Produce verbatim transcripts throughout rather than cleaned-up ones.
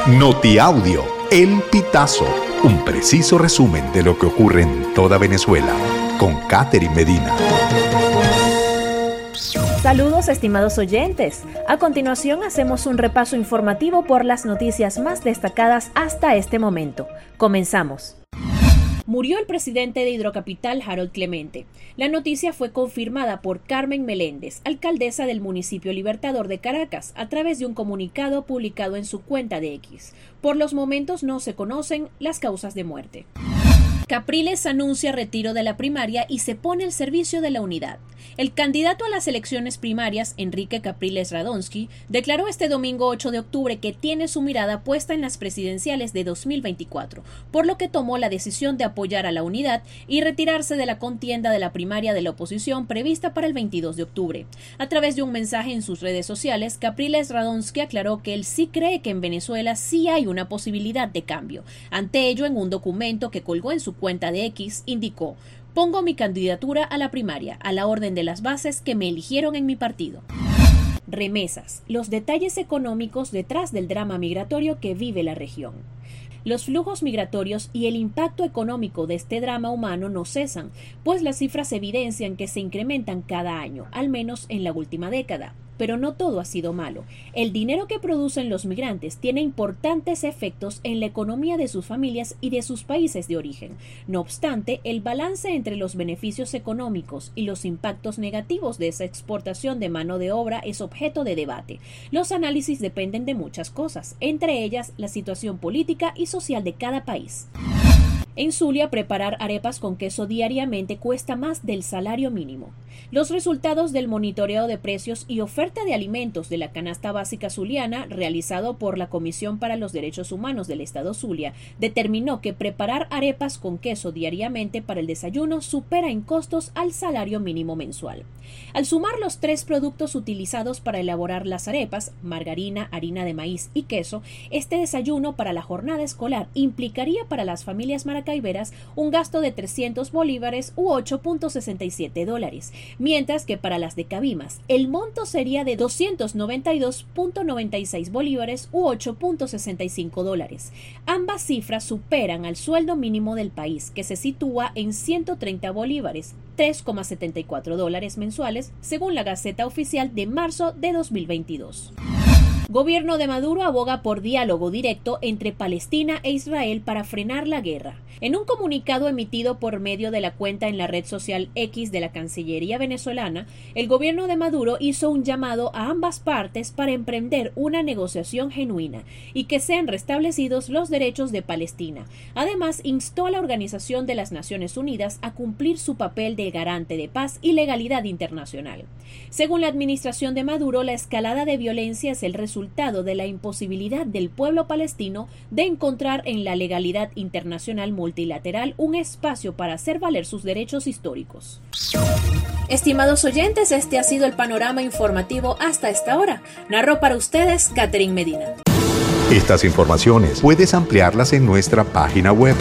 Notiaudio, El Pitazo, un preciso resumen de lo que ocurre en toda Venezuela, con Catherine Medina. Saludos, estimados oyentes. A continuación hacemos un repaso informativo por las noticias más destacadas hasta este momento. Comenzamos. Murió el presidente de Hidrocapital, Harold Clemente. La noticia fue confirmada por Carmen Meléndez, alcaldesa del municipio Libertador de Caracas, a través de un comunicado publicado en su cuenta de X. Por los momentos no se conocen las causas de muerte. Capriles anuncia retiro de la primaria y se pone al servicio de la unidad. El candidato a las elecciones primarias, Enrique Capriles Radonsky, declaró este domingo ocho de octubre que tiene su mirada puesta en las presidenciales de dos mil veinticuatro, por lo que tomó la decisión de apoyar a la unidad y retirarse de la contienda de la primaria de la oposición prevista para el veintidós de octubre. A través de un mensaje en sus redes sociales, Capriles Radonsky aclaró que él sí cree que en Venezuela sí hay una posibilidad de cambio. Ante ello, en un documento que colgó en su cuenta de X, indicó: pongo mi candidatura a la primaria, a la orden de las bases que me eligieron en mi partido. Remesas, los detalles económicos detrás del drama migratorio que vive la región. Los flujos migratorios y el impacto económico de este drama humano no cesan, pues las cifras evidencian que se incrementan cada año, al menos en la última década. Pero no todo ha sido malo. El dinero que producen los migrantes tiene importantes efectos en la economía de sus familias y de sus países de origen. No obstante, el balance entre los beneficios económicos y los impactos negativos de esa exportación de mano de obra es objeto de debate. Los análisis dependen de muchas cosas, entre ellas la situación política y social de cada país. En Zulia, preparar arepas con queso diariamente cuesta más del salario mínimo. Los resultados del monitoreo de precios y oferta de alimentos de la canasta básica zuliana, realizado por la Comisión para los Derechos Humanos del Estado Zulia, determinó que preparar arepas con queso diariamente para el desayuno supera en costos al salario mínimo mensual. Al sumar los tres productos utilizados para elaborar las arepas, margarina, harina de maíz y queso, este desayuno para la jornada escolar implicaría para las familias maracaiberas un gasto de trescientos bolívares u ocho punto sesenta y siete dólares, mientras que para las de Cabimas el monto sería de doscientos noventa y dos punto noventa y seis bolívares u ocho punto sesenta y cinco dólares. Ambas cifras superan al sueldo mínimo del país, que se sitúa en ciento treinta bolívares, tres coma setenta y cuatro dólares mensuales, según la Gaceta Oficial de marzo de dos mil veintidós. Gobierno de Maduro aboga por diálogo directo entre Palestina e Israel para frenar la guerra. En un comunicado emitido por medio de la cuenta en la red social X de la Cancillería venezolana, el gobierno de Maduro hizo un llamado a ambas partes para emprender una negociación genuina y que sean restablecidos los derechos de Palestina. Además, instó a la Organización de las Naciones Unidas a cumplir su papel de garante de paz y legalidad internacional. Según la administración de Maduro, la escalada de violencia es el resultado de la imposibilidad del pueblo palestino de encontrar en la legalidad internacional multilateral un espacio para hacer valer sus derechos históricos. Estimados oyentes, este ha sido el panorama informativo hasta esta hora. Narró para ustedes Catherine Medina. Estas informaciones puedes ampliarlas en nuestra página web,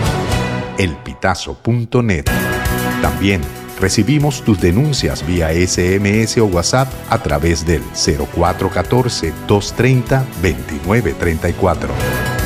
el pitazo punto net. También recibimos tus denuncias vía ese eme ese o WhatsApp a través del cero cuatro uno cuatro, dos tres cero, dos nueve tres cuatro.